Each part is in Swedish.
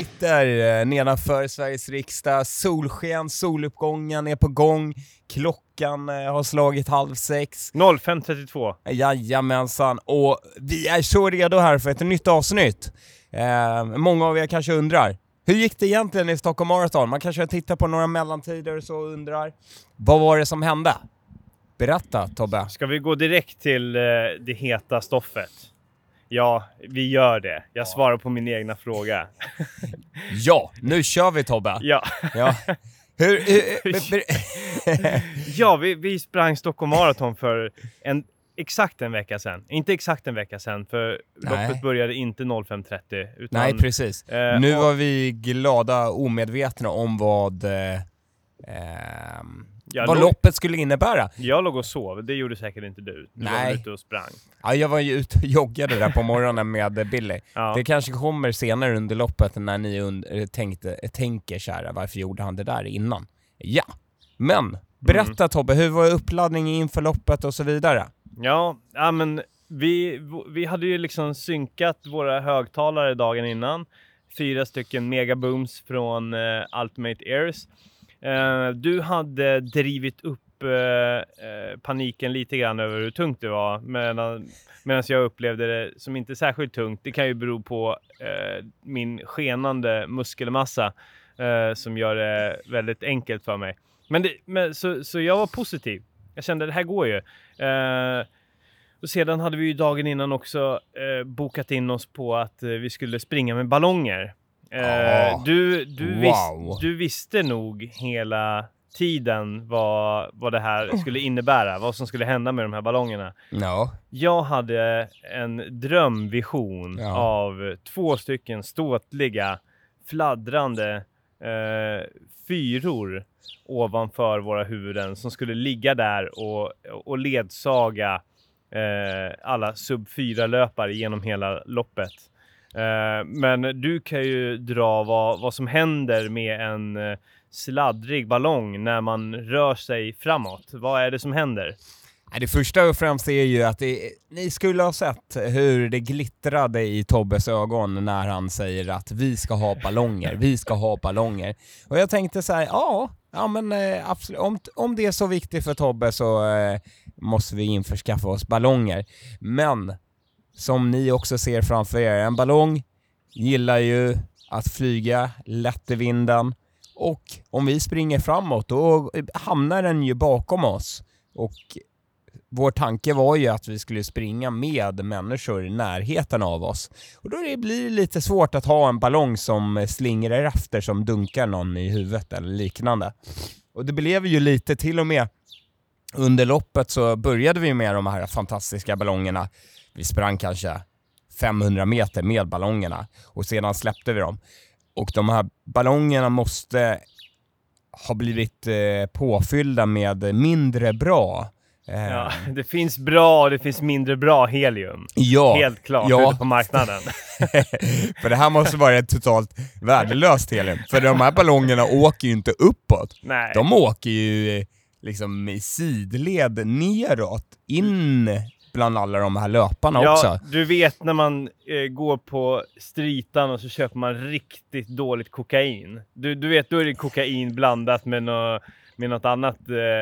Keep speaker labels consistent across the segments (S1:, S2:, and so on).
S1: sitter nedanför Sveriges riksdag. Solsken, soluppgången är på gång. Klockan har slagit 5:30.
S2: 05:32.
S1: Jajamensan. Och vi är så redo här för ett nytt avsnitt. Många av er kanske undrar, hur gick det egentligen i Stockholm Marathon? Man kanske tittar på några mellantider och så undrar, vad var det som hände? Berätta, Tobbe.
S2: Ska vi gå direkt till det heta stoffet? Ja, vi gör det. Jag svarar på min egna fråga.
S1: Ja, nu kör vi, Tobbe.
S2: Ja. Ja, vi sprang Stockholm Marathon för exakt en vecka sedan. Inte exakt en vecka sedan, för loppet började inte 05:30. Utan,
S1: nej, precis. Nu var vi glada omedvetna om vad loppet skulle innebära.
S2: Jag låg och sov, det gjorde säkert inte du. Du var ute och sprang.
S1: Ja, jag var ju ute och joggade där på morgonen med Billy. Ja. Det kanske kommer senare under loppet när ni tänker kära, varför gjorde han det där innan? Ja, men berätta Tobbe, hur var uppladdningen inför loppet och så vidare?
S2: Ja, men vi hade ju liksom synkat våra högtalare dagen innan. 4 stycken megabooms från Ultimate Airs. Du hade drivit upp paniken lite grann över hur tungt det var, medan jag upplevde det som inte särskilt tungt. Det kan ju bero på min skenande muskelmassa som gör det väldigt enkelt för mig. Så jag var positiv. Jag kände det här går ju. Och sedan hade vi ju dagen innan också bokat in oss på att vi skulle springa med ballonger. Du visste nog hela tiden vad det här skulle innebära, vad som skulle hända med de här ballongerna.
S1: No.
S2: Jag hade en drömvision av 2 stycken ståtliga, fladdrande fyror ovanför våra huvuden som skulle ligga där och ledsaga alla sub 4-löpare genom hela loppet. Men du kan ju dra vad som händer med en sladdrig ballong när man rör sig framåt. Vad är det som händer?
S1: Det första och främst är ju att ni skulle ha sett hur det glittrade i Tobbes ögon när han säger att vi ska ha ballonger. Och jag tänkte så här, absolut, om det är så viktigt för Tobbe så måste vi införskaffa oss ballonger. Men som ni också ser framför er, en ballong gillar ju att flyga lätt i vinden, och om vi springer framåt då hamnar den ju bakom oss, och vår tanke var ju att vi skulle springa med människor i närheten av oss, och då blir det lite svårt att ha en ballong som slingrar efter, som dunkar någon i huvudet eller liknande. Och det blev ju lite, till och med under loppet så började vi med de här fantastiska ballongerna. Vi sprang kanske 500 meter med ballongerna och sedan släppte vi dem. Och de här ballongerna måste ha blivit påfyllda med mindre bra.
S2: Ja, det finns bra och det finns mindre bra helium.
S1: Ja,
S2: helt klart ute på marknaden.
S1: För det här måste vara ett totalt värdelöst helium. För de här ballongerna åker ju inte uppåt.
S2: Nej.
S1: De åker ju liksom i sidled neråt in bland alla de här löparna också.
S2: Du vet när man går på stritan och så köper man riktigt dåligt kokain. Du vet, då är det kokain blandat med något annat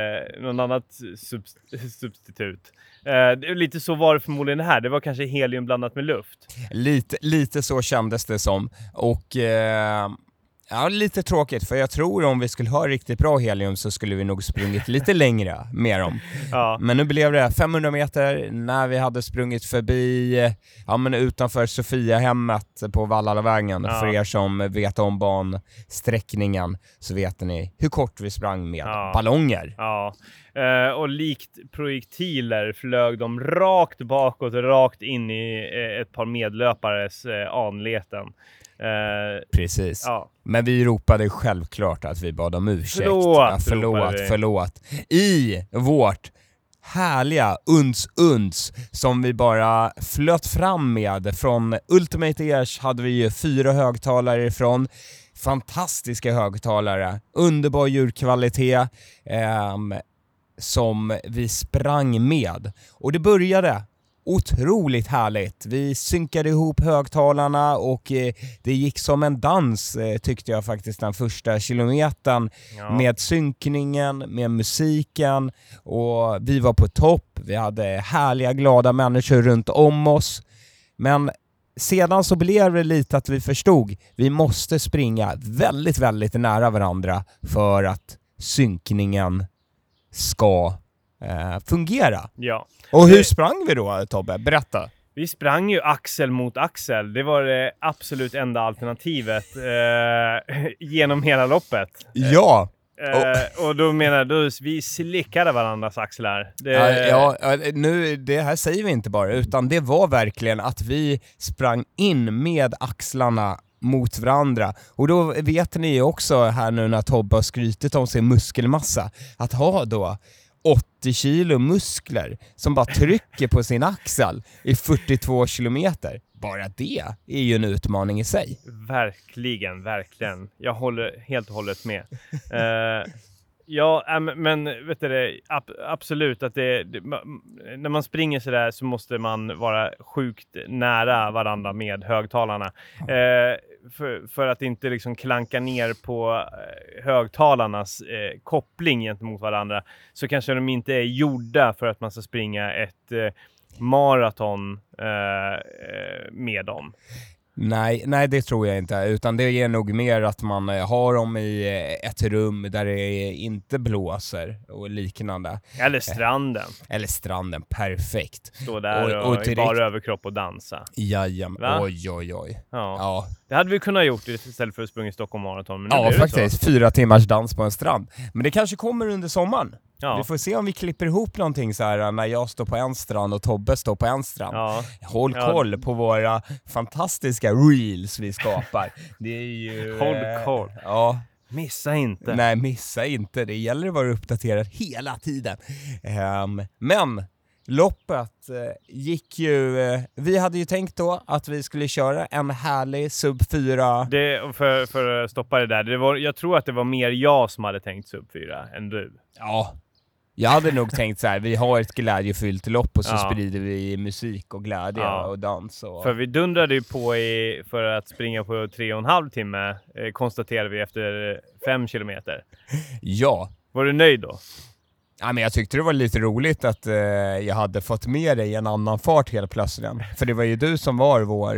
S2: substitut. Lite så var det förmodligen här. Det var kanske helium blandat med luft.
S1: Lite så kändes det som. Och lite tråkigt, för jag tror om vi skulle ha riktigt bra helium så skulle vi nog sprungit lite längre med dem. Ja. Men nu blev det 500 meter när vi hade sprungit förbi utanför Sofiahemmet på Vallalavägen. Ja. För er som vet om bansträckningen så vet ni hur kort vi sprang med ballonger.
S2: Ja. Och likt projektiler flög de rakt bakåt och rakt in i ett par medlöpares anleten.
S1: Precis. Ja. Men vi ropade självklart att vi bad om ursäkt. Förlåt. I vårt härliga uns som vi bara flöt fram med från Ultimate Airs hade vi ju 4 högtalare ifrån. Fantastiska högtalare. Underbar ljudkvalitet som vi sprang med. Och det började otroligt härligt. Vi synkade ihop högtalarna och det gick som en dans tyckte jag faktiskt den första kilometern med synkningen, med musiken, och vi var på topp. Vi hade härliga, glada människor runt om oss. Men sedan så blev det lite att vi förstod vi måste springa väldigt, väldigt nära varandra för att synkningen ska fungera.
S2: Ja.
S1: Och hur sprang vi då, Tobbe? Berätta.
S2: Vi sprang ju axel mot axel. Det var det absolut enda alternativet genom hela loppet.
S1: Ja.
S2: Och då menar du, vi slickade varandras axlar.
S1: Nu, det här säger vi inte bara, utan det var verkligen att vi sprang in med axlarna mot varandra. Och då vet ni också här nu när Tobbe har skrytit om sin muskelmassa, att ha då 80 kilo muskler som bara trycker på sin axel i 42 kilometer. Bara det är ju en utmaning i sig.
S2: Verkligen, verkligen. Jag håller helt och hållet med. Men vet du, absolut att när man springer så där så måste man vara sjukt nära varandra med högtalarna. För att inte liksom klanka ner på högtalarnas koppling gentemot varandra, så kanske de inte är gjorda för att man ska springa ett maraton med dem.
S1: Nej, det tror jag inte. Utan det är nog mer att man har dem i ett rum där det inte blåser och liknande.
S2: Eller stranden.
S1: Perfekt.
S2: Stå där och direkt... bara överkropp och dansa.
S1: Jajamän, oj.
S2: Ja. Det hade vi kunnat gjort istället för att springa i Stockholm Marathon. Men
S1: ja, faktiskt. 4 timmars dans på en strand. Men det kanske kommer under sommaren.
S2: Ja.
S1: Vi får se om vi klipper ihop någonting så här när jag står på en strand och Tobbe står på en strand.
S2: Ja.
S1: Håll koll på våra fantastiska reels vi skapar. Det är ju...
S2: Håll koll.
S1: Ja.
S2: Missa inte.
S1: Nej, missa inte. Det gäller att vara uppdaterad hela tiden. Men loppet gick ju... vi hade ju tänkt då att vi skulle köra en härlig sub 4.
S2: För att stoppa det där. Jag tror att det var mer jag som hade tänkt sub 4 än du.
S1: Ja. Jag hade nog tänkt så här, vi har ett glädjefyllt lopp och så sprider vi musik och glädje och dans. Och...
S2: För vi dundrade ju på för att springa på 3,5 timme, konstaterade vi efter 5 kilometer.
S1: Ja.
S2: Var du nöjd då?
S1: Ja, men jag tyckte det var lite roligt att jag hade fått med dig i en annan fart helt plötsligt. För det var ju du som var vår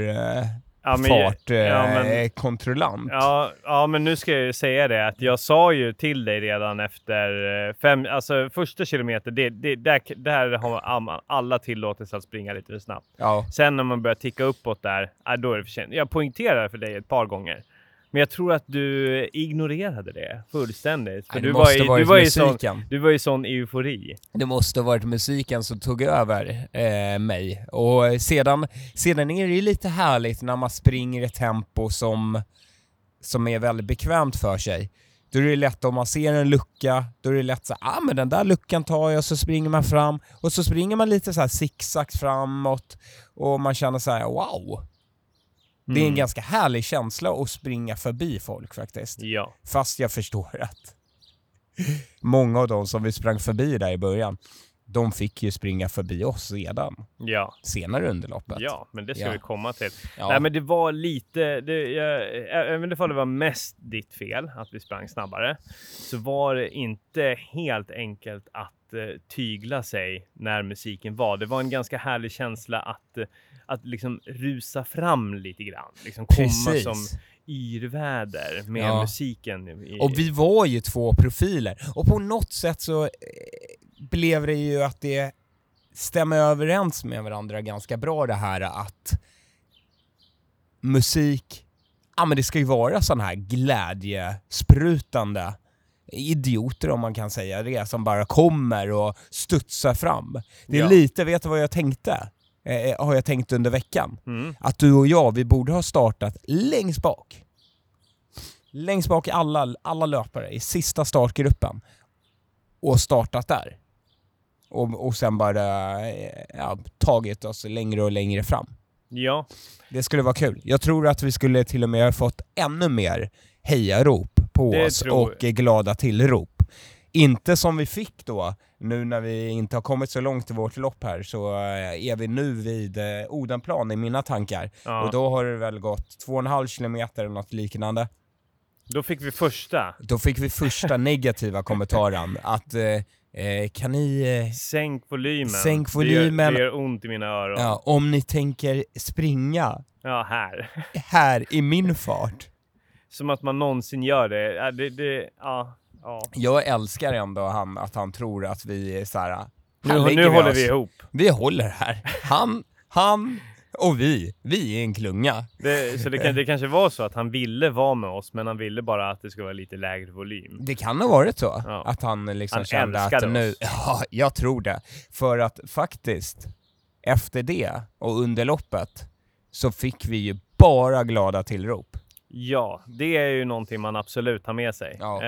S1: fartkontrollant.
S2: Ja, men nu ska jag säga det att jag sa ju till dig redan efter 5, alltså första kilometer, där har alla tillåtelse att springa lite för snabbt.
S1: Ja.
S2: Sen när man börjar ticka uppåt där, då är det för sent. Jag poängterar för dig ett par gånger. Men jag tror att du ignorerade det fullständigt. För du var i sån eufori.
S1: Det måste ha varit musiken som tog över mig. Och sedan är det lite härligt när man springer i ett tempo som är väldigt bekvämt för sig. Då är det lätt om man ser en lucka, då är det lätt så men den där luckan tar jag, så springer man fram. Och så springer man lite så här zigzag framåt och man känner så här, wow. Det är en ganska härlig känsla att springa förbi folk faktiskt.
S2: Ja.
S1: Fast jag förstår att många av dem som vi sprang förbi där i början, de fick ju springa förbi oss redan.
S2: Ja.
S1: Senare under loppet.
S2: Ja, men det ska vi komma till.
S1: Ja.
S2: Nej, men det var lite... Även om det var mest ditt fel att vi sprang snabbare, så var det inte helt enkelt att tygla sig när musiken var. Det var en ganska härlig känsla att liksom rusa fram lite grann. Liksom komma som yrväder med musiken.
S1: Och vi var ju 2 profiler. Och på något sätt så blev det ju att det stämmer överens med varandra ganska bra, det här att musik, men det ska ju vara sån här glädjesprutande idioter, om man kan säga det, som bara kommer och studsar fram. Det är lite, vet du vad jag tänkte? Har jag tänkt under veckan. Att du och jag, vi borde ha startat längst bak. Längst bak i alla löpare i sista startgruppen. Och startat där. Och sen bara tagit oss längre och längre fram.
S2: Ja.
S1: Det skulle vara kul. Jag tror att vi skulle till och med ha fått ännu mer hejarop på oss och glada tillrop. Inte som vi fick då nu när vi inte har kommit så långt i vårt lopp här så är vi nu vid Odenplan i mina tankar.
S2: Ja.
S1: Och då har det väl gått 2,5 kilometer eller något liknande.
S2: Då fick vi första negativa kommentaren att kan ni... Sänk volymen.
S1: Sänk volymen.
S2: Det gör ont i mina öron.
S1: Ja, om ni tänker springa.
S2: Ja, här.
S1: Här i min fart.
S2: Som att man någonsin gör det. Ja.
S1: Jag älskar ändå att han tror att vi är så här.
S2: Nu håller vi ihop.
S1: Vi håller här. Han och vi är en klunga.
S2: Så det kanske var så att han ville vara med oss, men han ville bara att det ska vara lite lägre volym.
S1: Det kan ha varit så.
S2: Ja.
S1: Att han liksom
S2: han
S1: kände att nu...
S2: oss.
S1: Ja, jag tror det. För att faktiskt, efter det och under loppet så fick vi ju bara glada tillrop.
S2: Ja, det är ju någonting man absolut har med sig.
S1: Ja.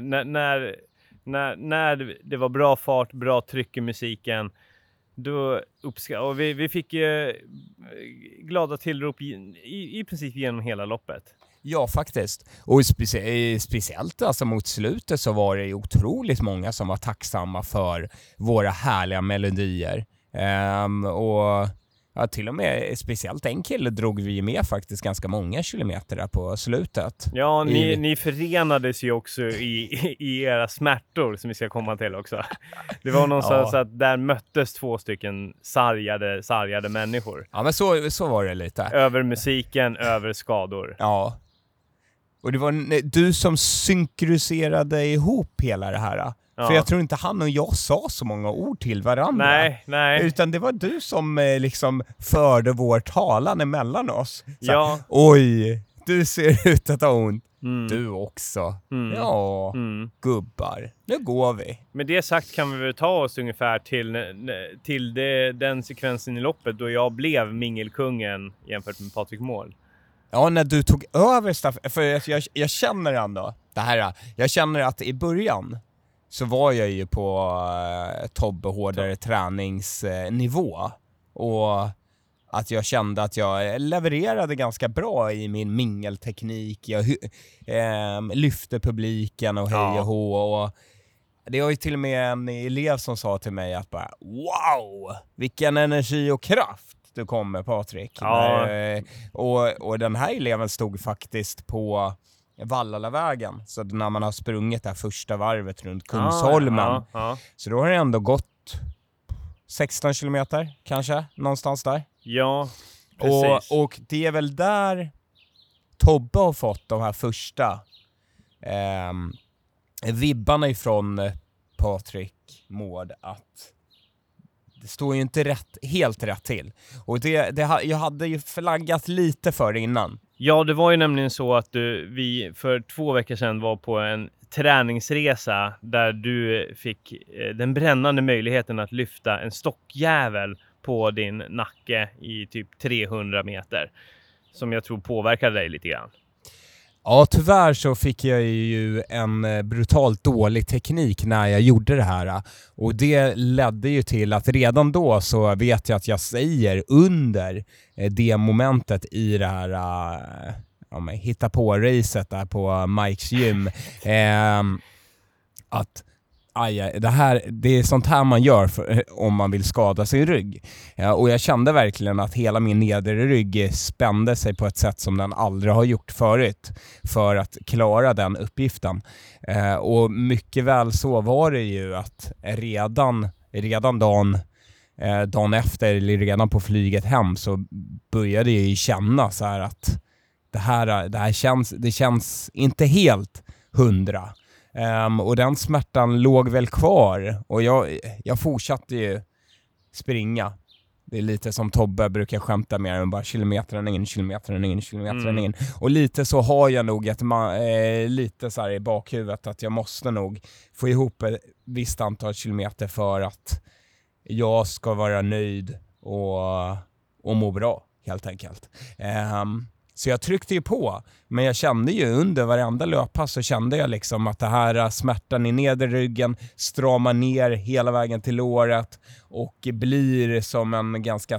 S2: När det var bra fart, bra tryck i musiken, då och vi fick glada tillrop i princip genom hela loppet.
S1: Ja, faktiskt. Och speciellt alltså mot slutet så var det otroligt många som var tacksamma för våra härliga melodier. Och ja, till och med speciellt en kille drog vi med faktiskt ganska många kilometer där på slutet.
S2: Ja, ni förenades ju också i era smärtor som vi ska komma till också. Det var någonstans att där möttes 2 stycken sargade människor.
S1: Ja, men så var det lite.
S2: Över musiken, över skador.
S1: Ja. Och det var du som synkroniserade ihop hela det här. Ja. För jag tror inte han och jag sa så många ord till varandra.
S2: Nej.
S1: Utan det var du som liksom förde vår talan emellan oss. Så,
S2: ja.
S1: Oj, du ser ut att ha ont. Du också. Ja, gubbar. Nu går vi.
S2: Med det sagt kan vi väl ta oss ungefär till den sekvensen i loppet då jag blev mingelkungen jämfört med Patrik Mål.
S1: Ja, när du tog över för jag känner ändå det här. Jag känner att i början så var jag ju på Tobbe hårdare träningsnivå. Och att jag kände att jag levererade ganska bra i min mingelteknik. Jag lyfte publiken och hej och hå. Och det var ju till och med en elev som sa till mig att bara, wow, vilken energi och kraft du kom med, Patrik.
S2: Ja.
S1: Och den här eleven stod faktiskt på Vallalavägen. Så när man har sprungit det här första varvet runt Kungsholmen. Så då har det ändå gått 16 kilometer kanske, någonstans där.
S2: Ja, precis.
S1: Och det är väl där Tobbe har fått de här första vibbarna ifrån Patrik Mård att det står ju inte helt rätt till. Och jag hade ju flaggat lite för det innan.
S2: Ja, det var ju nämligen så att vi för 2 veckor sedan var på en träningsresa där du fick den brännande möjligheten att lyfta en stockjävel på din nacke i typ 300 meter. Som jag tror påverkade dig lite grann.
S1: Ja, tyvärr så fick jag ju en brutalt dålig teknik när jag gjorde det här. Och det ledde ju till att redan då så vet jag att jag säger under det momentet i det här hitta på racet där på Mikes gym att det är sånt här man gör om man vill skada sin rygg. Och jag kände verkligen att hela min nedre rygg spände sig på ett sätt som den aldrig har gjort förut för att klara den uppgiften. Och mycket väl så var det ju att redan dagen efter eller redan på flyget hem så började jag ju känna så här att det känns inte helt 100. Och den smärtan låg väl kvar och jag fortsatte ju springa. Det är lite som Tobbe brukar skämta med om bara kilometern in. Och lite så har jag nog lite så här i bakhuvudet att jag måste nog få ihop ett visst antal kilometer för att jag ska vara nöjd och må bra helt enkelt. Så jag tryckte ju på, men jag kände ju under varenda löppass så kände jag liksom att det här smärtan i nederryggen stramar ner hela vägen till låret och blir som en ganska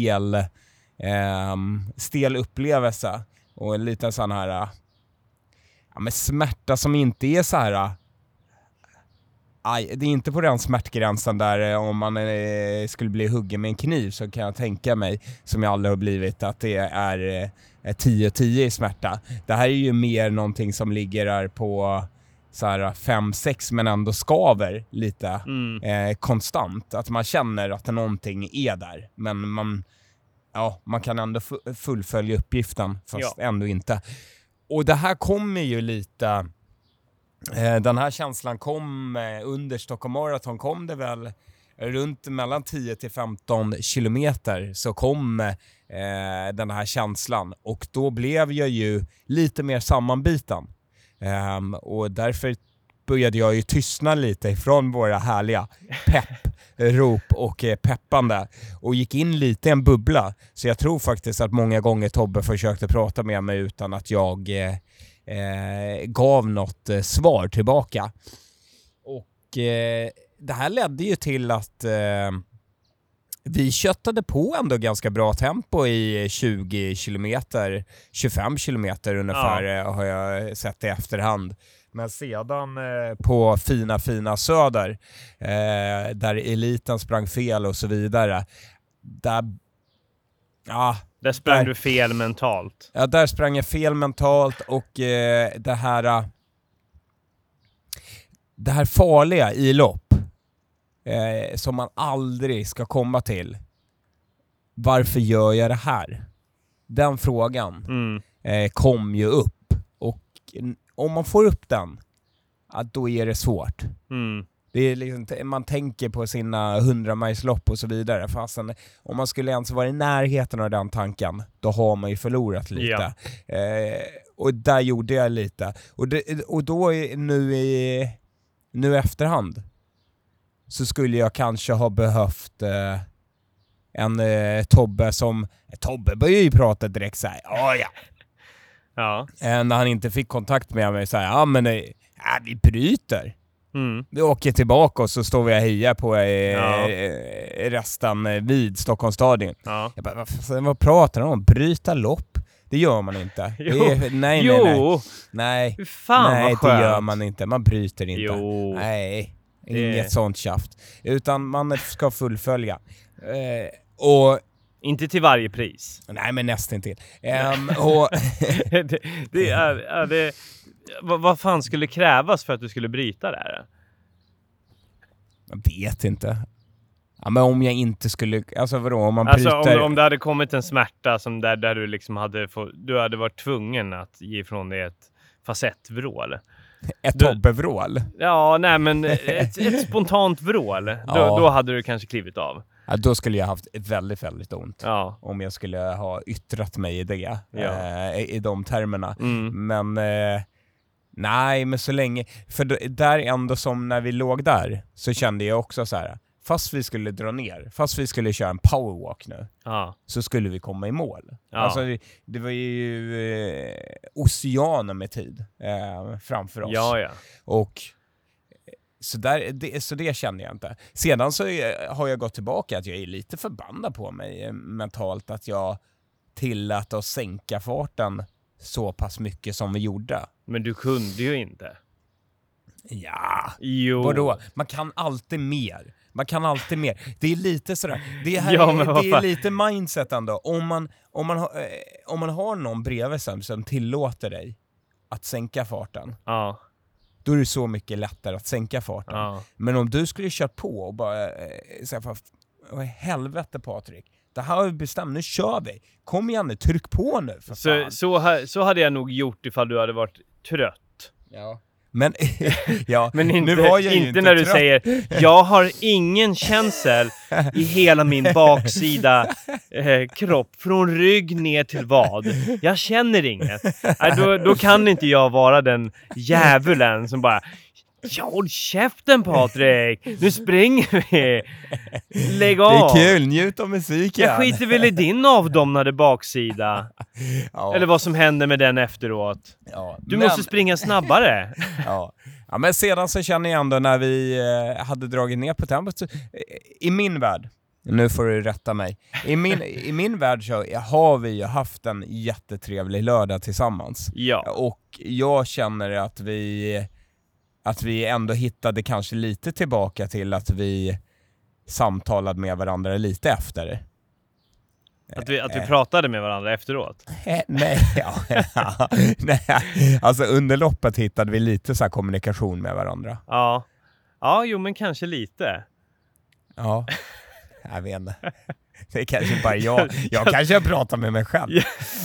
S1: stel upplevelse och en liten sån här smärta som inte är så här det är inte på den smärtgränsen där om man skulle bli huggen med en kniv, så kan jag tänka mig, som jag aldrig har blivit, att det är 10-10 i smärta. Det här är ju mer någonting som ligger där på så här 5-6, men ändå skaver lite konstant. Att man känner att någonting är där, men man kan ändå fullfölja uppgiften, fast ändå inte. Och det här kommer ju lite... Den här känslan kom under Stockholm Marathon, kom det väl runt mellan 10-15 kilometer, så kom den här känslan, och då blev jag ju lite mer sammanbiten. Och därför började jag ju tystna lite ifrån våra härliga rop och peppande, och gick in lite i en bubbla. Så jag tror faktiskt att många gånger Tobbe försökte prata med mig utan att jag gav något svar tillbaka. Och det här ledde ju till att vi köttade på ändå ganska bra tempo i 20 kilometer, 25 kilometer ungefär, har jag sett i efterhand. Men sedan på fina Söder, där eliten sprang fel och så vidare,
S2: där sprang du fel mentalt.
S1: Ja, där sprang jag fel mentalt, och det här farliga i lopp som man aldrig ska komma till. Varför gör jag det här? Den frågan kom ju upp, och om man får upp den, då är det svårt. Det är liksom, man tänker på sina 100-milslopp och så vidare. Fast om man skulle ens vara i närheten av den tanken, då har man ju förlorat lite. Och där gjorde jag lite. Och då nu efterhand så skulle jag kanske ha behövt en Tobbe som... Tobbe började ju prata direkt så här. Ja. När han inte fick kontakt med mig så här, men vi bryter. Vi åker tillbaka och så står vi och hejar på resten vid Stockholms stadion. Jag bara, vad pratar de om? Bryta lopp? Det gör man inte. Nej.
S2: Fan,
S1: nej, det gör man inte. Man bryter inte. Nej, inget sånt tjaft. Utan man ska fullfölja. Och
S2: inte till varje pris.
S1: Nej, men nästan till.
S2: Vad fan skulle krävas för att du skulle bryta det här?
S1: Jag vet inte. Ja, men om jag inte skulle... Alltså vadå? Om man bryter...
S2: Om det hade kommit en smärta som där du liksom du hade varit tvungen att ge ifrån dig ett facettvrål.
S1: Ett Tobbe-vrål?
S2: Ja, nej, men ett spontant vrål. Då hade du kanske klivit av.
S1: Ja, då skulle jag haft väldigt, väldigt ont. Om jag skulle ha yttrat mig i det. I de termerna. Men... nej, men så länge... För där ändå, som när vi låg där, så kände jag också så här... Fast vi skulle dra ner, fast vi skulle köra en powerwalk nu, så skulle vi komma i mål. Alltså, det var ju oceaner med tid framför oss. Och så det kände jag inte. Sedan så har jag gått tillbaka att jag är lite förbannad på mig mentalt, att jag tillät att sänka farten så pass mycket som vi gjorde.
S2: Men du kunde ju inte.
S1: Ja. Vadå? Man kan alltid mer. Det är lite sådär. Det är lite mindset ändå. Om man har någon bredvid som tillåter dig att sänka farten. Då är det så mycket lättare att sänka farten. Men om du skulle kört på och bara säga, vad i helvete, Patrik? Det här har vi bestämt, nu kör vi. Kom igen nu, tryck på nu för fan.
S2: Så hade jag nog gjort ifall du hade varit trött.
S1: Men,
S2: men inte,
S1: nu var jag
S2: inte
S1: inte
S2: när du
S1: trött.
S2: säger jag har ingen känsel i hela min baksida kropp från rygg ner till vad. Jag känner inget. Då kan inte jag vara den djävulen som bara håll käften, Patrik. Nu springer vi. Lägg av.
S1: Det är kul, njut av musiken.
S2: Jag skiter väl i din avdomnade baksida. Eller vad som händer med den efteråt. Du måste springa snabbare.
S1: Ja, men sedan så känner jag ändå när vi hade dragit ner på tempot, så, i min värld, nu får du rätta mig, i min värld så har vi ju haft en jättetrevlig lördag tillsammans. Och jag känner att vi att vi ändå hittade kanske lite tillbaka till att vi samtalade med varandra lite efter.
S2: Att vi pratade med varandra efteråt?
S1: Nej, nej, alltså under loppet hittade vi lite så här kommunikation med varandra.
S2: Ja, jo men kanske lite.
S1: Ja, jag vet inte. Det är kanske bara jag kanske pratar med mig själv.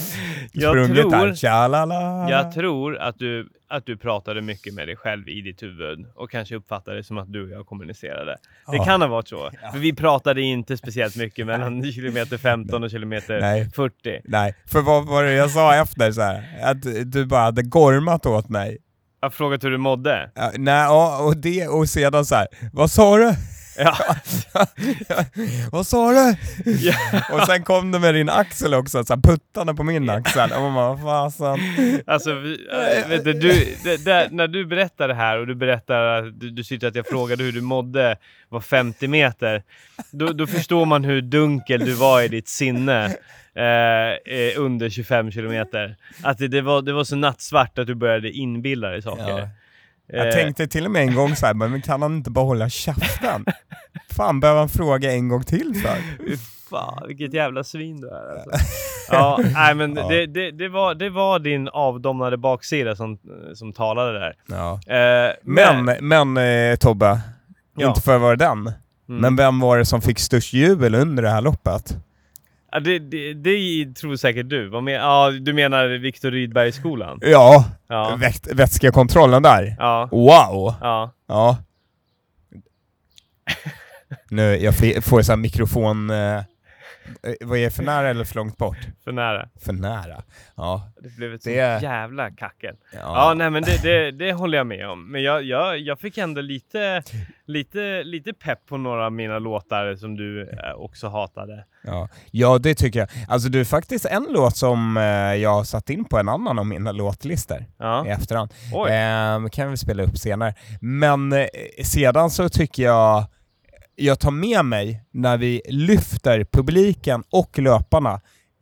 S2: Jag tror att du pratade mycket med dig själv i ditt huvud och kanske uppfattade det som att du och jag kommunicerade. Det kan ha varit så. För vi pratade inte speciellt mycket mellan kilometer 15 och kilometer 40.
S1: Nej, för vad var det jag sa efter så här? Att du bara hade gormat åt mig.
S2: Jag frågade hur du mådde.
S1: Nej, och sedan så här, vad sa du?
S2: Ja.
S1: Vad sa du?
S2: Ja.
S1: Och sen kom du med din axel också, så här, puttande på min axel. Och man bara, fasen.
S2: Alltså, vet du, när du berättar det här och du berättar att du tyckte att jag frågade hur du mådde var 50 meter, då förstår man hur dunkel du var i ditt sinne under 25 kilometer. Att det var så nattsvart att du började inbilla dig saker.
S1: Ja. Jag tänkte till och med en gång så här, men kan han inte bara hålla käften? Fan, behöver han fråga en gång till för?
S2: Fan, vilket jävla svin du är alltså. Ja, nej men ja. Det var din avdomnade baksida som talade där.
S1: Ja. Men Tobbe, inte för att vara den. Men vem var det som fick störst jubel under det här loppet?
S2: Ja, det tror säkert du. Du menar Viktor Rydberg-skolan?
S1: Ja. Vätskekontrollen där.
S2: Ja.
S1: Wow.
S2: Ja.
S1: Nu, jag får så här mikrofon... vad är det, för nära eller för långt bort?
S2: För nära.
S1: För nära, ja.
S2: Det blev ett så jävla kackel.
S1: Ja,
S2: nej men det håller jag med om. Men jag fick ändå lite pepp på några av mina låtar som du också hatade.
S1: Ja, det tycker jag. Alltså du är faktiskt en låt som jag har satt in på en annan av mina låtlistor i efterhand. Kan vi spela upp senare. Men sedan så tycker jag tar med mig när vi lyfter publiken och löparna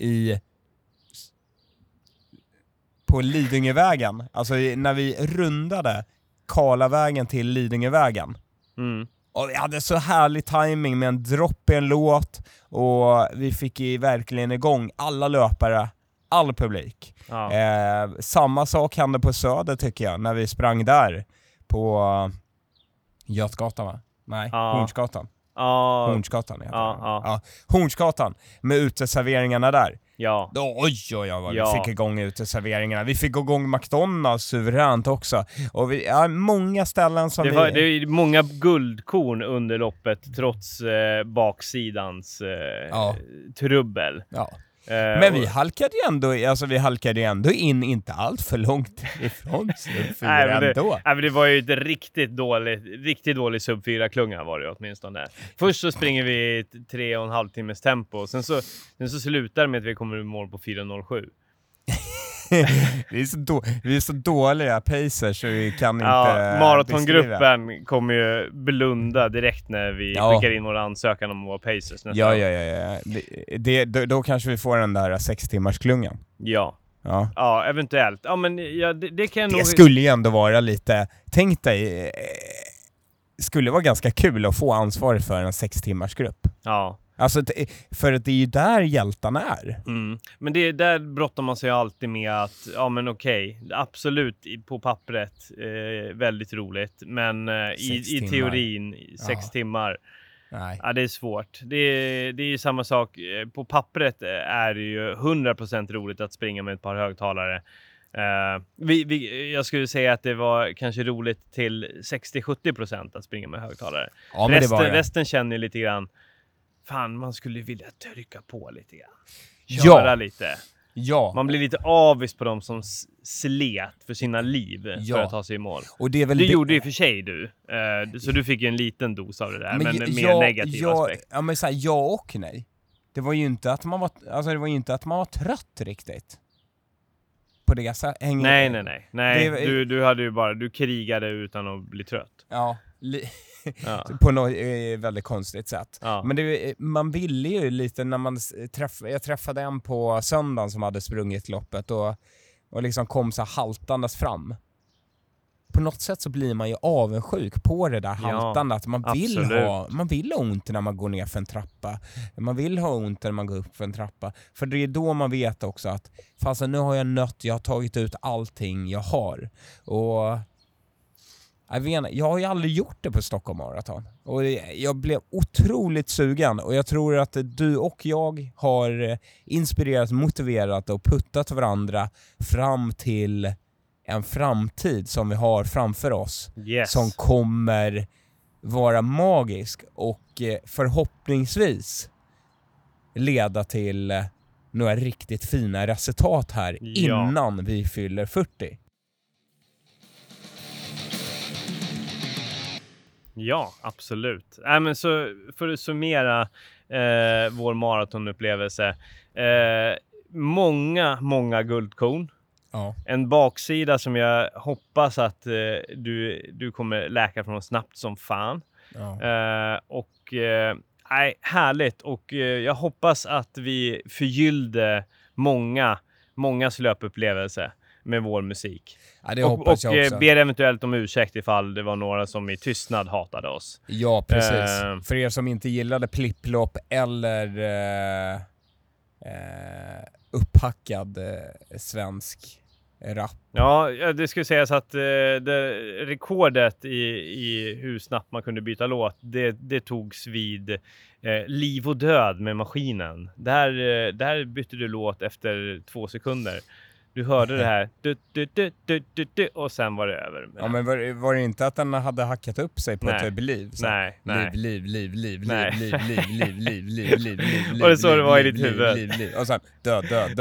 S1: på Lidingövägen. Alltså när vi rundade Karlavägen till Lidingövägen. Och vi hade så härlig timing med en dropp i en låt. Och vi fick verkligen igång alla löpare, all publik. Samma sak hände på Söder tycker jag. När vi sprang där på Götgatan, va? Nej, Hornsgatan. Hornsgatan heter det. Hornsgatan med uteserveringarna där.
S2: Ja.
S1: Oj, vi fick igång uteserveringarna. Vi fick igång McDonalds suveränt också. Och många ställen som
S2: det är många guldkorn under loppet trots baksidans trubbel.
S1: Ja. Men vi halkade ju ändå in, inte allt för långt ifrån sub 4 ändå.
S2: Men det var ju ett riktigt dålig sub 4-klunga var det åtminstone. Först så springer vi 3,5 timmes tempo. Sen så slutar det med att vi kommer i mål på 4.07.
S1: Vi är så dåliga pacers så vi kan inte
S2: maratongruppen kommer ju blunda direkt när vi skickar in våra ansökan om våra pacers nästa
S1: år. Då kanske vi får den där 6 timmars klungan.
S2: Ja, eventuellt. Ja, men det kan
S1: det skulle ju ändå vara lite, tänk dig, skulle vara ganska kul att få ansvar för en 6 timmars grupp.
S2: Ja.
S1: Alltså, för att det är ju där hjältarna är.
S2: Men det är där brottar man sig alltid med att, absolut på pappret väldigt roligt. Men i teorin 6 timmar,
S1: nej.
S2: Ja, det är svårt. Det är ju samma sak. På pappret är det ju 100% roligt att springa med ett par högtalare. Jag skulle säga att det var kanske roligt till 60-70% att springa med högtalare.
S1: Ja, men
S2: resten känner lite grann, fan, man skulle vilja trycka på lite grann. Köra lite.
S1: Ja.
S2: Man blir lite avis på dem som slet för sina liv för att ta sig i mål.
S1: Och det är väl
S2: gjorde ju för sig du. Så du fick ju en liten dos av det där, men mer negativ aspekt.
S1: Ja, men så här, ja och nej. Det var ju inte att man var trött riktigt. På det
S2: nej. Du hade ju bara, du krigade utan att bli trött.
S1: Ja. På något väldigt konstigt sätt. Men man ville ju lite när jag träffade en på söndagen som hade sprungit loppet och liksom kom så haltandes fram. på något sätt så blir man ju avundsjuk på det där haltande, att man vill ha ont när man går ner för en trappa. Man vill ha ont när man går upp för en trappa. För det är då man vet också att fast nu har jag har tagit ut allting jag har. Och jag har ju aldrig gjort det på Stockholm Marathon. Och jag blev otroligt sugen. Och jag tror att du och jag har inspirerat, motiverat och puttat varandra fram till en framtid som vi har framför oss.
S2: Yes.
S1: Som kommer vara magisk och förhoppningsvis leda till några riktigt fina resultat här innan vi fyller 40.
S2: Ja, absolut. Men så för att summera vår maratonupplevelse. Många guldkorn.
S1: Ja.
S2: En baksida som jag hoppas att du kommer läka från snabbt som fan.
S1: Ja.
S2: Härligt. Och jag hoppas att vi förgyllde mångas löpupplevelse med vår musik.
S1: Ja, det hoppas jag också.
S2: Och ber eventuellt om ursäkt ifall det var några som i tystnad hatade oss.
S1: Ja, precis. För er som inte gillade plipplopp eller upphackad svensk rap.
S2: Ja, det skulle sägas att rekordet i hur snabbt man kunde byta låt, det togs vid Liv och död med Maskinen. Där bytte du låt efter 2 sekunder. Du hörde det här och sen var det över.
S1: Ja, men var det inte att den hade hackat upp sig på ett liv?
S2: Nej.
S1: Liv.
S2: Och det så det var i ditt huvud.
S1: Och sen död.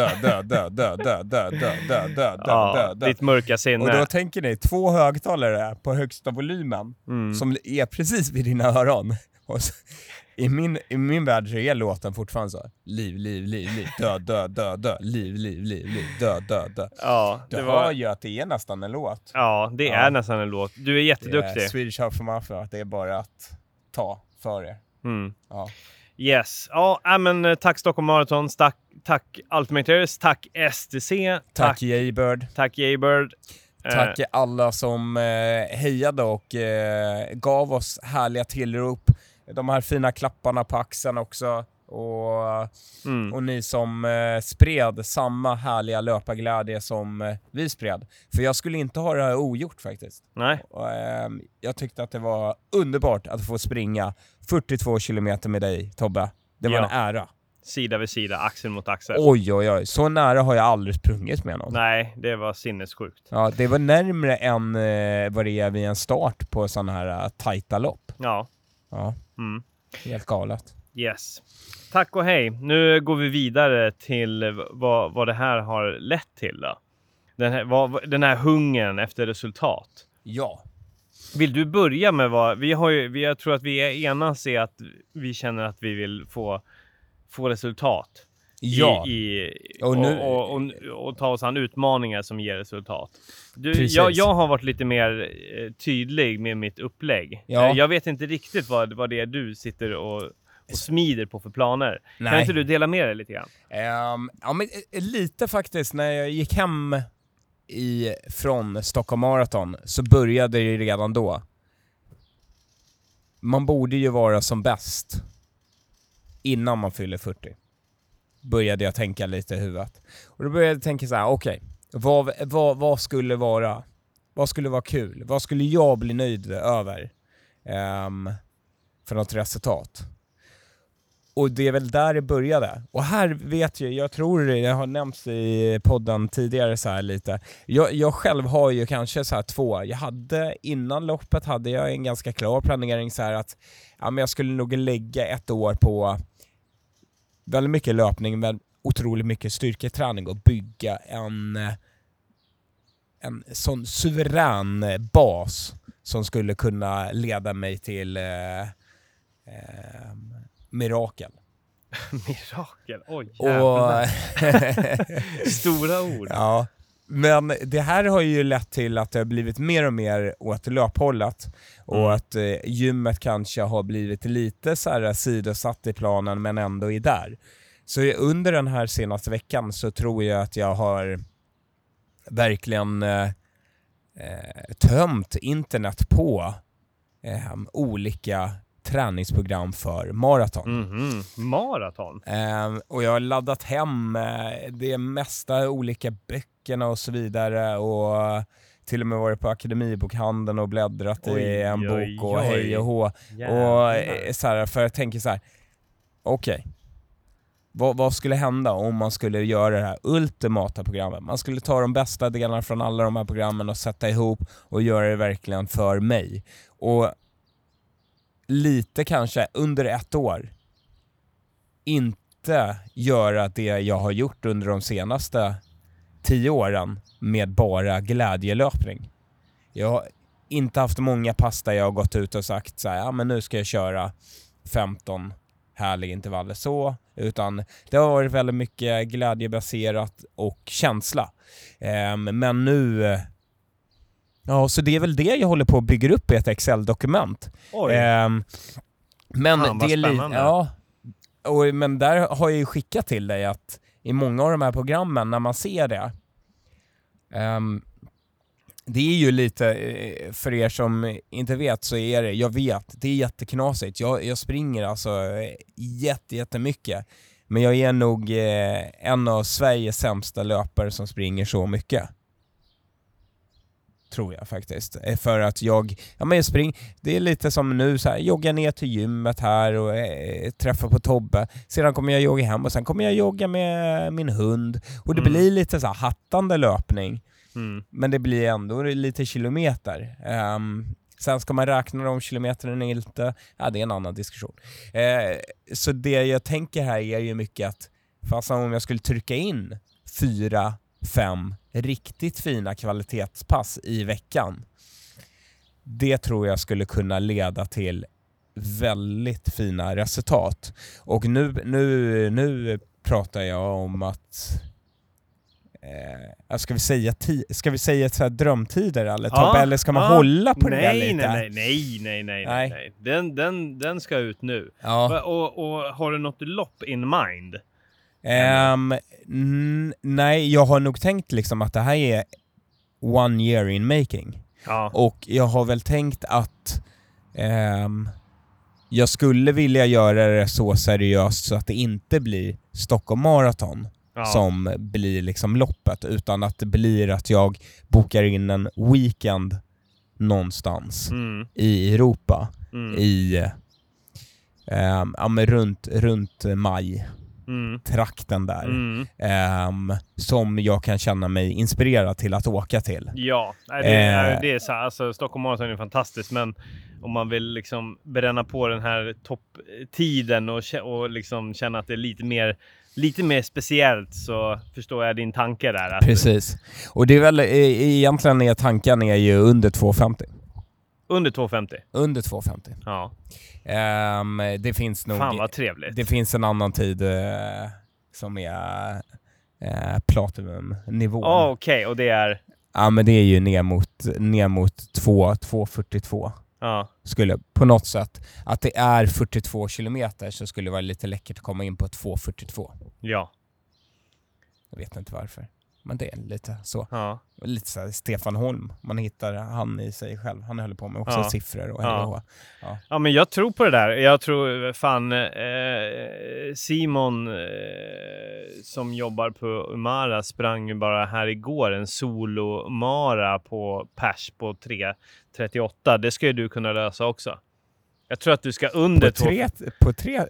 S2: Ditt mörka sinne.
S1: Och då tänker ni 2 högtalare på högsta volymen som är precis vid dina öron. Och så, i min värld så är låten fortfarande så liv, död, liv, död.
S2: Ja,
S1: det var ju att det är nästan en låt.
S2: Ja, det är nästan en låt. Du är jätteduktig.
S1: Swedish House of Mafia, det är bara att ta för det. Ja.
S2: Yes. Ja, men tack Stockholm Marathon, tack Ultimate Airways, tack STC,
S1: tack Jaybird.
S2: Tack Jaybird.
S1: Tack Alla som hejade och gav oss härliga tillrop. De här fina klapparna på axeln också. Och ni som spred samma härliga löparglädje som vi spred. För jag skulle inte ha det här ogjort faktiskt.
S2: Nej.
S1: Och, jag tyckte att det var underbart att få springa 42 kilometer med dig, Tobbe. Det var en ära.
S2: Sida vid sida, axel mot axel.
S1: Oj. Så nära har jag aldrig sprungit med någon.
S2: Nej, det var sinnessjukt.
S1: Ja, det var närmare än vad det är vid en start på sådana här tajta lopp.
S2: Ja.
S1: Helt galet.
S2: Yes. Tack och hej. Nu går vi vidare till vad det här har lett till då. Den här hungern efter resultat.
S1: Ja.
S2: Vill du börja med jag tror att vi är enas i att vi känner att vi vill få resultat.
S1: Ja.
S2: Och ta oss an utmaningar som ger resultat. Jag har varit lite mer tydlig med mitt upplägg.
S1: Ja.
S2: Jag vet inte riktigt vad det är du sitter och smider på för planer.
S1: Nej.
S2: Kan inte du dela med dig lite grann?
S1: Ja, men lite faktiskt. När jag gick hem från Stockholm Marathon så började det redan då. Man borde ju vara som bäst innan man fyller 40. Började jag tänka lite i huvudet. Och då började jag tänka så här, okej, vad skulle vara kul? Vad skulle jag bli nöjd över för något resultat? Och det är väl där det började. Och här vet jag tror det har nämnts i podden tidigare så här lite. Jag själv har ju kanske så här 2. Innan loppet hade jag en ganska klar planering så här att men jag skulle nog lägga 1 år på väldigt mycket löpning men otroligt mycket styrketräning och bygga en sån suverän bas som skulle kunna leda mig till mirakel.
S2: Mirakel? Oj, jävlar. Stora ord.
S1: Ja, men det här har ju lett till att det har blivit mer och mer åt löphållet. Och att gymmet kanske har blivit lite så här sidosatt i planen men ändå är där. Så under den här senaste veckan så tror jag att jag har verkligen tömt internet på olika träningsprogram för maraton.
S2: Maraton?
S1: Och jag har laddat hem det mesta, olika böckerna och så vidare, och till och med varit på Akademibokhandeln och bläddrat i en bok och hej och hå. Och så här, för jag tänker så här, okej. Vad skulle hända om man skulle göra det här ultimata programmet? Man skulle ta de bästa delarna från alla de här programmen och sätta ihop och göra det verkligen för mig. Och lite kanske under ett år inte göra det jag har gjort under de senaste 10 åren med bara glädjelöpning. Jag har inte haft många pass där jag har gått ut och sagt så här, ja men nu ska jag köra 15 härliga intervaller så, utan det har varit väldigt mycket glädjebaserat och känsla. Men nu ja, så det är väl det jag håller på att bygga upp i ett Excel-dokument. Men
S2: fan,
S1: det är
S2: spännande.
S1: ja, men där har jag ju skickat till dig att i många av de här programmen när man ser det, det är ju lite, för er som inte vet så är det, jag vet, det är jätteknasigt. Jag springer alltså jättemycket. Men jag är nog en av Sveriges sämsta löpare som springer så mycket. Tror jag faktiskt. För att jag springer, det är lite som nu så här, jogga ner till gymmet här och träffa på Tobbe. Sedan kommer jag jogga hem och sen kommer jag jogga med min hund. Och det blir lite så här hattande löpning. Men det blir ändå lite kilometer. Sen ska man räkna de kilometerna inte. Ja, det är en annan diskussion. Så det jag tänker här är ju mycket att fast om jag skulle trycka in 4-5 riktigt fina kvalitetspass i veckan, det tror jag skulle kunna leda till väldigt fina resultat. Och nu pratar jag om att ska vi säga ett så här drömtider eller Tobbe, eller ska man hålla på det lite?
S2: Nej. Den ska ut nu.
S1: Ja.
S2: Och har du något lopp in mind?
S1: Nej, jag har nog tänkt liksom att det här är 1 year in making.
S2: Ja.
S1: Och jag har väl tänkt att jag skulle vilja göra det så seriöst så att det inte blir Stockholm Marathon som blir liksom loppet, utan att det blir att jag bokar in en weekend någonstans i Europa i runt maj. Trakten där som jag kan känna mig inspirerad till att åka till.
S2: Ja, det är så här, alltså Stockholm Marathon är fantastiskt, men om man vill liksom bränna på den här topptiden och liksom känna att det är lite mer speciellt, så förstår jag din tanke där.
S1: Precis. Och det är väl egentligen är tanken är ju under 2.50.
S2: Under 2.50?
S1: Under 2.50.
S2: Ja.
S1: Det finns nog...
S2: Fan vad trevligt.
S1: Det finns en annan tid som är platinumnivån.
S2: Okej, och det är?
S1: Ja, men det är ju ner mot 2.42.
S2: Ja.
S1: Skulle på något sätt, att det är 42 kilometer, så skulle det vara lite läckert att komma in på 2.42.
S2: Ja.
S1: Jag vet inte varför. Men det är lite så.
S2: Ja.
S1: Lite så här Stefan Holm. Man hittar han i sig själv. Han håller på med också siffror och
S2: Ja, men jag tror på det där. Jag tror fan Simon som jobbar på Umara sprang ju bara här igår en solo-mara på pers på 3.38. Det ska ju du kunna lösa också. Jag tror att du ska under...
S1: På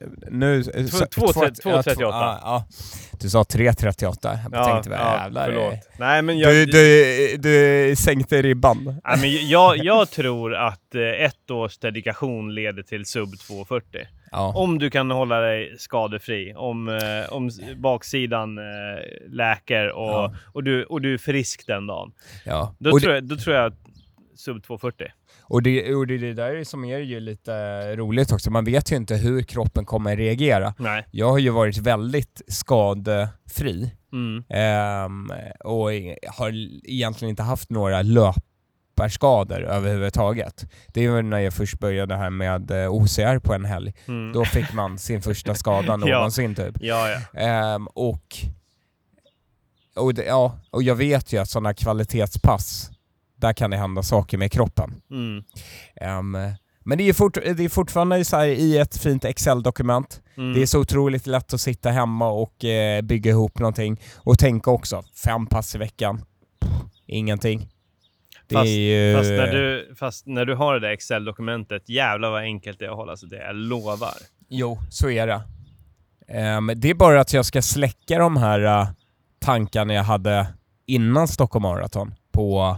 S1: 2.38. Ja. Du sa 3.38. Jag tänkte jävlar.
S2: Förlåt. Nej, men
S1: du sänkte ribban.
S2: Nej, men jag tror att ett års dedikation leder till sub 2.40. Ja. Om du kan hålla dig skadefri. Om baksidan läker och du är frisk den dagen.
S1: Ja.
S2: Då tror jag att sub 2.40.
S1: Och det där som är ju lite roligt också. Man vet ju inte hur kroppen kommer reagera.
S2: Nej.
S1: Jag har ju varit väldigt skadefri. Och har egentligen inte haft några löparskador överhuvudtaget. Det var när jag först började här med OCR på en helg. Då fick man sin första skada någonsin typ. Och jag vet ju att sådana kvalitetspass där kan det hända saker med kroppen. Men det är fortfarande så här i ett fint Excel-dokument. Det är så otroligt lätt att sitta hemma och bygga ihop någonting. Och tänka också, 5 pass i veckan. Ingenting.
S2: Fast när du har det där Excel-dokumentet, jävlar vad enkelt det är att hålla sig det. Jag lovar.
S1: Jo, så är det. Det är bara att jag ska släcka de här tankarna jag hade innan Stockholm Marathon på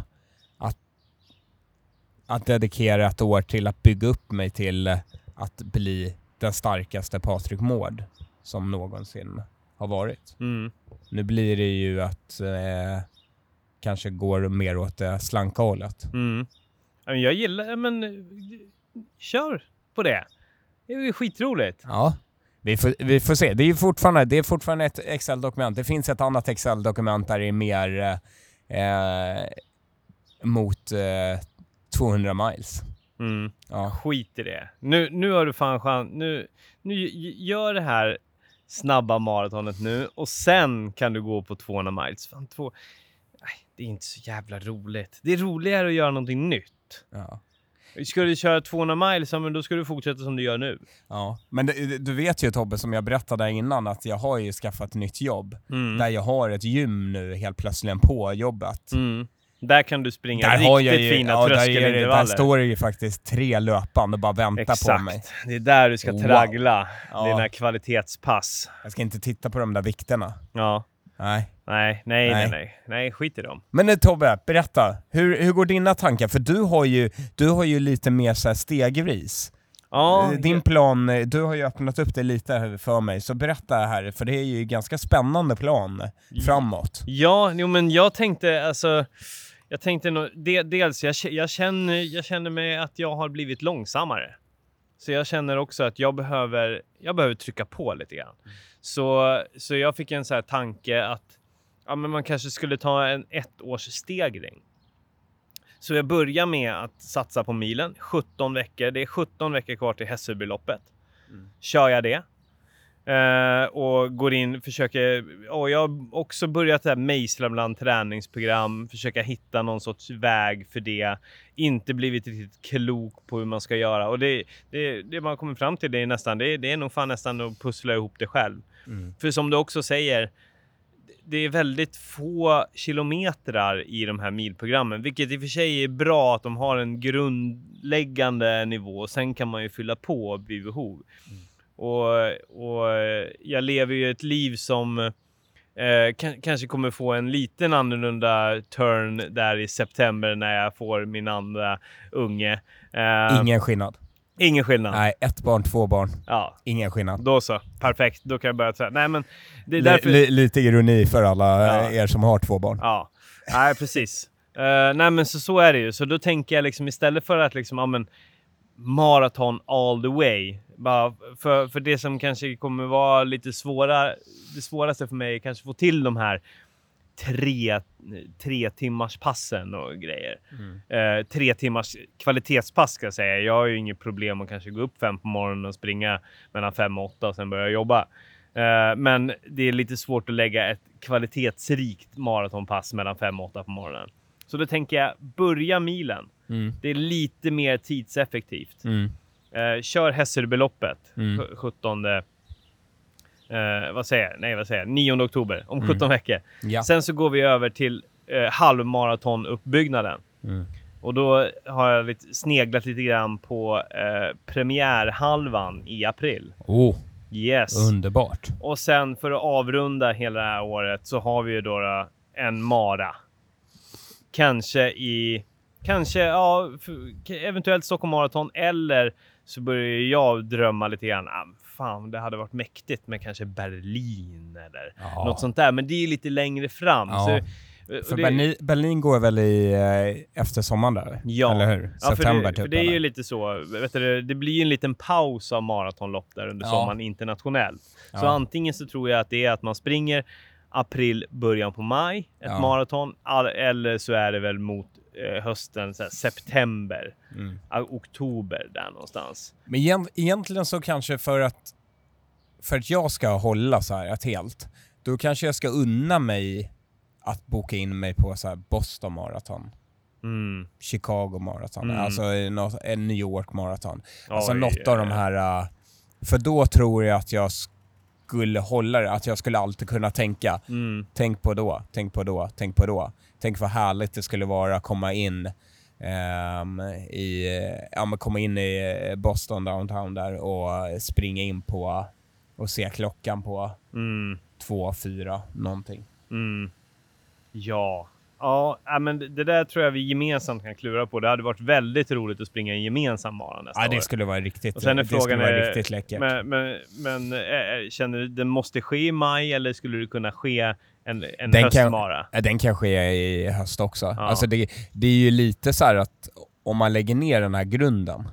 S1: att dedikera ett år till att bygga upp mig till att bli den starkaste Patrik Mård som någonsin har varit. Nu blir det ju att kanske går mer åt det slanka hållet.
S2: Jag gillar, men kör på det. Det är ju skitroligt.
S1: Ja, vi får se. Det är fortfarande ett Excel-dokument. Det finns ett annat Excel-dokument där det är mer mot 200 miles.
S2: Ja. Skit i det. Nu har du fan chans. Nu gör det här snabba maratonet nu och sen kan du gå på 200 miles. Fan, det är inte så jävla roligt. Det är roligare att göra någonting nytt.
S1: Ja.
S2: Ska du köra 200 miles, men då ska du fortsätta som du gör nu.
S1: Ja, men du vet ju Tobbe, som jag berättade innan, att jag har ju skaffat ett nytt jobb. Där jag har ett gym nu helt plötsligt på jobbet.
S2: Där kan du springa riktigt fina tröskelintervaller.
S1: Där står det ju faktiskt 3 löpande och bara väntar på mig.
S2: Det är där du ska traggla dina kvalitetspass.
S1: Jag ska inte titta på de där vikterna.
S2: Ja. Nej, skit i dem.
S1: Men Tobbe, berätta. Hur går dina tankar? För du har ju lite mer så här stegvis.
S2: Ja,
S1: din plan, du har ju öppnat upp det lite för mig. Så berätta här, för det är ju ganska spännande plan framåt.
S2: Ja, men jag tänkte nog, dels jag känner mig att jag har blivit långsammare. Så jag känner också att jag behöver trycka på lite grann. Så jag fick en så här tanke att men man kanske skulle ta en 1-årsstegring. Så jag börjar med att satsa på milen. 17 veckor. Det är 17 veckor kvar till Hässelbyloppet. Kör jag det. Och går in, försöker... Och jag har också börjat mejsla bland träningsprogram. Försöka hitta någon sorts väg för det. Inte blivit riktigt klok på hur man ska göra. Och det man kommer fram till, det är nog fan nästan att pussla ihop det själv. För som du också säger, det är väldigt få kilometrar i de här milprogrammen. Vilket i och för sig är bra att de har en grundläggande nivå. Sen kan man ju fylla på vid behov. Och jag lever ju ett liv som kanske kommer få en liten annorlunda turn där i september när jag får min andra unge.
S1: Ingen skillnad.
S2: Ingen skillnad.
S1: Nej, 1 barn, 2 barn.
S2: Ja.
S1: Ingen skillnad.
S2: Då så. Perfekt. Då kan jag börja säga. Nej, men det är därför...
S1: Lite ironi för alla er som har 2 barn.
S2: Ja. Nej, precis. Nej, men så är det ju. Så då tänker jag liksom istället för att liksom, maraton all the way. Bara för det som kanske kommer vara lite svårare. Det svåraste för mig är kanske få till de här 3 timmars passen och grejer. 3 timmars kvalitetspass ska jag säga. Jag har ju inget problem att kanske gå upp 5 på morgonen och springa mellan 5 och 8 och sen börja jobba. Men det är lite svårt att lägga ett kvalitetsrikt maratonpass mellan 5 och 8 på morgonen. Så då tänker jag börja milen. Det är lite mer tidseffektivt. Kör Hässelbyloppet 9 oktober om 17 veckor. Ja. Sen så går vi över till halvmaratonuppbyggnaden. Och då har jag sneglat lite grann på premiärhalvan i april. Yes.
S1: Underbart.
S2: Och sen för att avrunda hela det här året så har vi ju då en mara. Eventuellt Stockholm Marathon, eller så börjar jag drömma lite grann. Fan, det hade varit mäktigt med kanske Berlin eller något sånt där. Men det är lite längre fram.
S1: Ja. För Berlin går väl efter sommaren där?
S2: Ja.
S1: Eller hur? September
S2: för det är ju lite så. Det blir ju en liten paus av maratonlopp där under sommaren internationellt. Så antingen så tror jag att det är att man springer april, början på maj, ett maraton. Eller så är det väl mot hösten, september, oktober där någonstans.
S1: Men egentligen så kanske för att jag ska hålla så här ett helt, då kanske jag ska unna mig att boka in mig på så här Boston Marathon. Chicago maraton, alltså en New York maraton. Alltså
S2: Oj,
S1: något av de här, för då tror jag att jag skulle hålla det, att jag skulle alltid kunna tänka, tänk på då. Tänk vad härligt det skulle vara att komma in komma in i Boston downtown där och springa in på och se klockan på 2-4 någonting.
S2: Ja, men det där tror jag vi gemensamt kan klura på. Det hade varit väldigt roligt att springa en gemensam mara nästa år.
S1: Det skulle vara riktigt.
S2: Och sen är frågan,
S1: riktigt läckert.
S2: Men känner du det måste ske i maj, eller skulle det kunna ske en höstmara?
S1: Den kan ske i höst också. Ja. Alltså det är ju lite så här att om man lägger ner den här grunden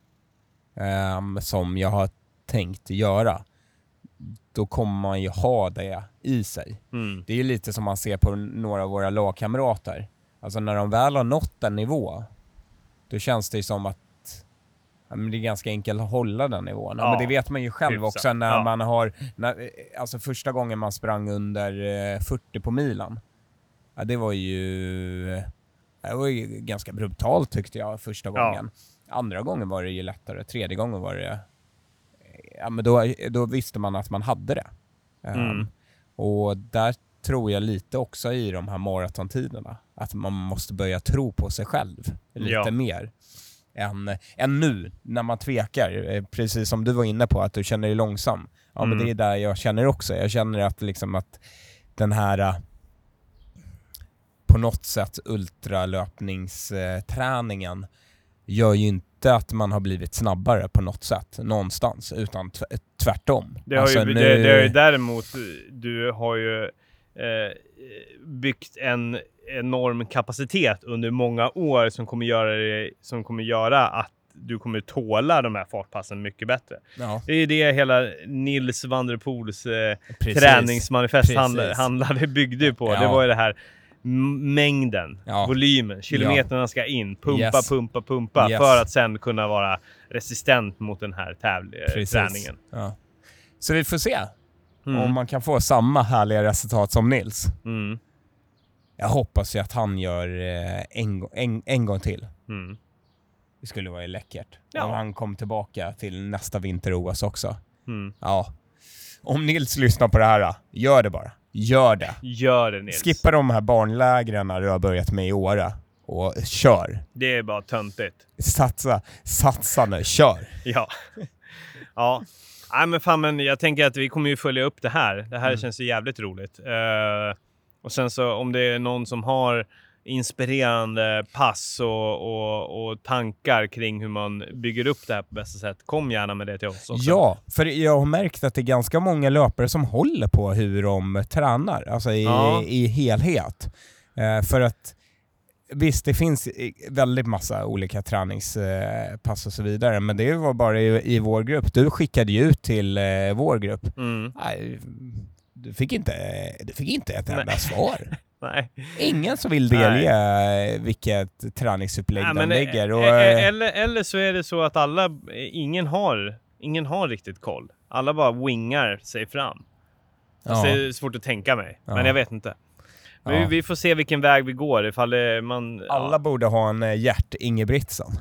S1: som jag har tänkt göra, då kommer man ju ha det i sig. Det är ju lite som man ser på några av våra lagkamrater. Alltså när de väl har nått en nivå, då känns det ju som att det är ganska enkelt att hålla den nivån. Men det vet man ju själv också när man har... alltså första gången man sprang under 40 på milen. Det var ju ganska brutalt tyckte jag första gången. Andra gången var det ju lättare. Tredje gången var det... men då visste man att man hade det. Och där tror jag lite också i de här maratontiderna att man måste börja tro på sig själv lite mer än nu när man tvekar. Precis som du var inne på, att du känner dig långsam. Men det är där jag känner också. Jag känner att liksom att den här på något sätt ultralöpningsträningen gör ju inte att man har blivit snabbare på något sätt någonstans, utan tvärtom.
S2: Det har ju däremot, du har ju byggt en enorm kapacitet under många år som kommer göra att du kommer tåla de här fartpassen mycket bättre. Ja. Det är det hela Nils van der Poels träningsmanifest byggde på. Det var ju det här mängden, volymen, kilometerna ska in, pumpa för att sen kunna vara resistent mot den här träningen.
S1: Ja. Så vi får se om man kan få samma härliga resultat som Nils. Jag hoppas ju att han gör en gång till. Det skulle vara läckert. Om han kom tillbaka till nästa vinter-OS också. Ja. Om Nils lyssnar på det här, gör det bara. Gör det, Nils. Skippa de här barnlägren du har börjat med i Åre och kör.
S2: Det är bara töntigt.
S1: Satsa nu, kör.
S2: Ja. Nej, men fan, men jag tänker att vi kommer ju följa upp det här. Det här känns ju jävligt roligt. Och sen så om det är någon som har inspirerande pass och tankar kring hur man bygger upp det här på bästa sätt, kom gärna med det till oss också.
S1: Ja, för jag har märkt att det är ganska många löpare som håller på hur de tränar, alltså i helhet. För att visst, det finns väldigt massa olika träningspass och så vidare, men det var bara i vår grupp. Du skickade ju ut till vår grupp. Nej, du fick inte ett enda svar.
S2: Nej.
S1: Ingen som vill delge vilket träningsupplägg de lägger. Och
S2: eller så är det så att ingen har riktigt koll. Alla bara wingar sig fram. Alltså, det är svårt att tänka mig, men jag vet inte. Men vi får se vilken väg vi går ifall
S1: alla borde ha en Gert Ingebrigtsen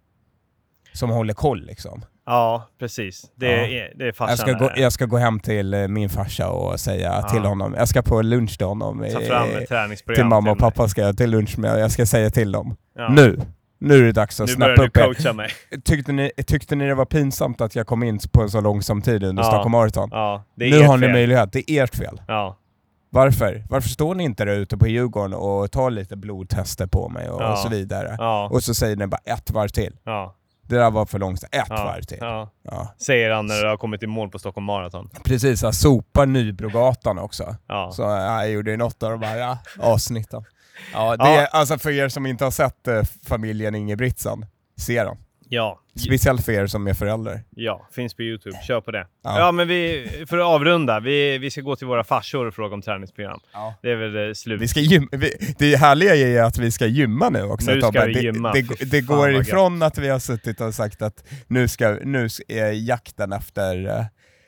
S1: som håller koll liksom.
S2: Ja, precis. Det är farsan.
S1: Jag ska gå hem till min farsa och säga till honom. Jag ska på lunch till honom.
S2: Ta fram ett träningsprogram.
S1: Till mamma och pappa ska jag till lunch med. Jag ska säga till dem. Ja. Nu är det dags att snappa upp
S2: coacha mig.
S1: Tyckte ni det var pinsamt att jag kom in på en så långsam tid under Stockholm Marathon?
S2: Ja,
S1: nu har ni möjlighet. Det är ert fel.
S2: Ja.
S1: Varför står ni inte där ute på Djurgården och tar lite blodtester på mig och så vidare? Ja. Och så säger ni bara ett varv till. Ja. Det där var för långsamt. Ett varv till.
S2: Ja. Säger han när du har kommit i mål på Stockholm Marathon.
S1: Precis, jag sopar Nybrogatan också. Ja. Så jag gjorde något av de här avsnitten. Ja, det är, alltså för er som inte har sett familjen Ingebrigtsen, se dem.
S2: Ja.
S1: Speciellt för er som är föräldrar.
S2: Ja, finns på YouTube. Kör på det. Ja, men för att avrunda. Vi ska gå till våra farsor och fråga om träningsprogram. Ja. Det är väl slut.
S1: Det härliga är att vi ska gymma nu också.
S2: Nu ska vi gymma.
S1: Det går ifrån att vi har suttit och sagt att nu är jakten efter...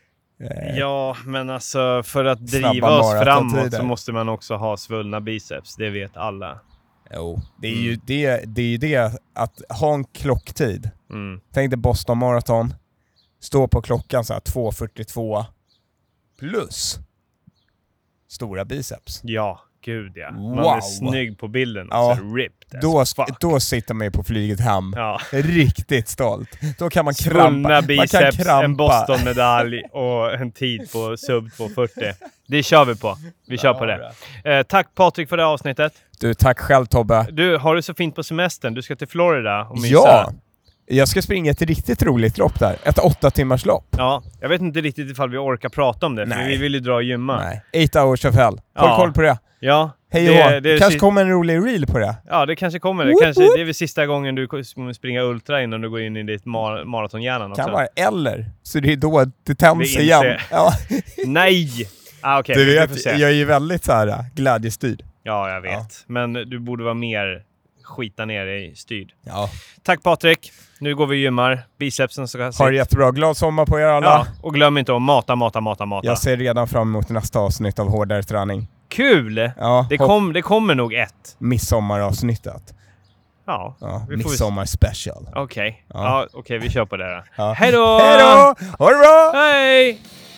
S2: Ja, men alltså för att driva oss framåt så måste man också ha svullna biceps. Det vet alla.
S1: Jo, det är ju det att ha en klocktid. Tänk dig Boston Marathon. Stå på klockan så här 2:42 plus stora biceps.
S2: Ja, gud ja. Man
S1: Wow.
S2: är snygg på bilden.
S1: Ja.
S2: Alltså, ripped as fuck.
S1: Då sitter man ju på flyget hem.
S2: Ja.
S1: Riktigt stolt. Då kan man
S2: Svullna
S1: krampa.
S2: biceps,
S1: Man kan
S2: en Boston-medalj och en tid på sub 2:40. Det kör vi på. Vi kör på det. Tack Patrik för det avsnittet.
S1: Du, tack själv Tobbe.
S2: Du, har du så fint på semestern? Du ska till Florida och mysa.
S1: Ja, jag ska springa ett riktigt roligt lopp där. Ett 8 timmars lopp.
S2: Ja, jag vet inte riktigt ifall vi orkar prata om det. För vi vill ju dra och gymma.
S1: Nej, 8 hours of hell. Håll koll på det.
S2: Ja.
S1: Hej och kanske kommer en rolig reel på det.
S2: Ja, det kanske kommer. Det är väl sista gången du kommer springa ultra innan du går in i ditt maratonhjärnan också.
S1: Kan vara. Eller, så det är då det tänds igen. Ja.
S2: Nej! Okej.
S1: Du vet, jag är ju väldigt så här glädjestyrd.
S2: Ja, jag vet. Ja. Men du borde vara mer skita ner i styrd.
S1: Ja.
S2: Tack Patrik. Nu går vi och gymmar. Bicepsen ska
S1: ha det jättebra. Glad sommar på er alla. Ja,
S2: och glöm inte att mata.
S1: Jag ser redan fram emot nästa avsnitt av Hårdare träning.
S2: Kul!
S1: Ja,
S2: det kommer nog ett.
S1: Midsommaravsnittet.
S2: Ja,
S1: midsommar special.
S2: Okej, vi kör på det då.
S1: Ja.
S2: Hej då!
S1: Ha det bra!
S2: Hej!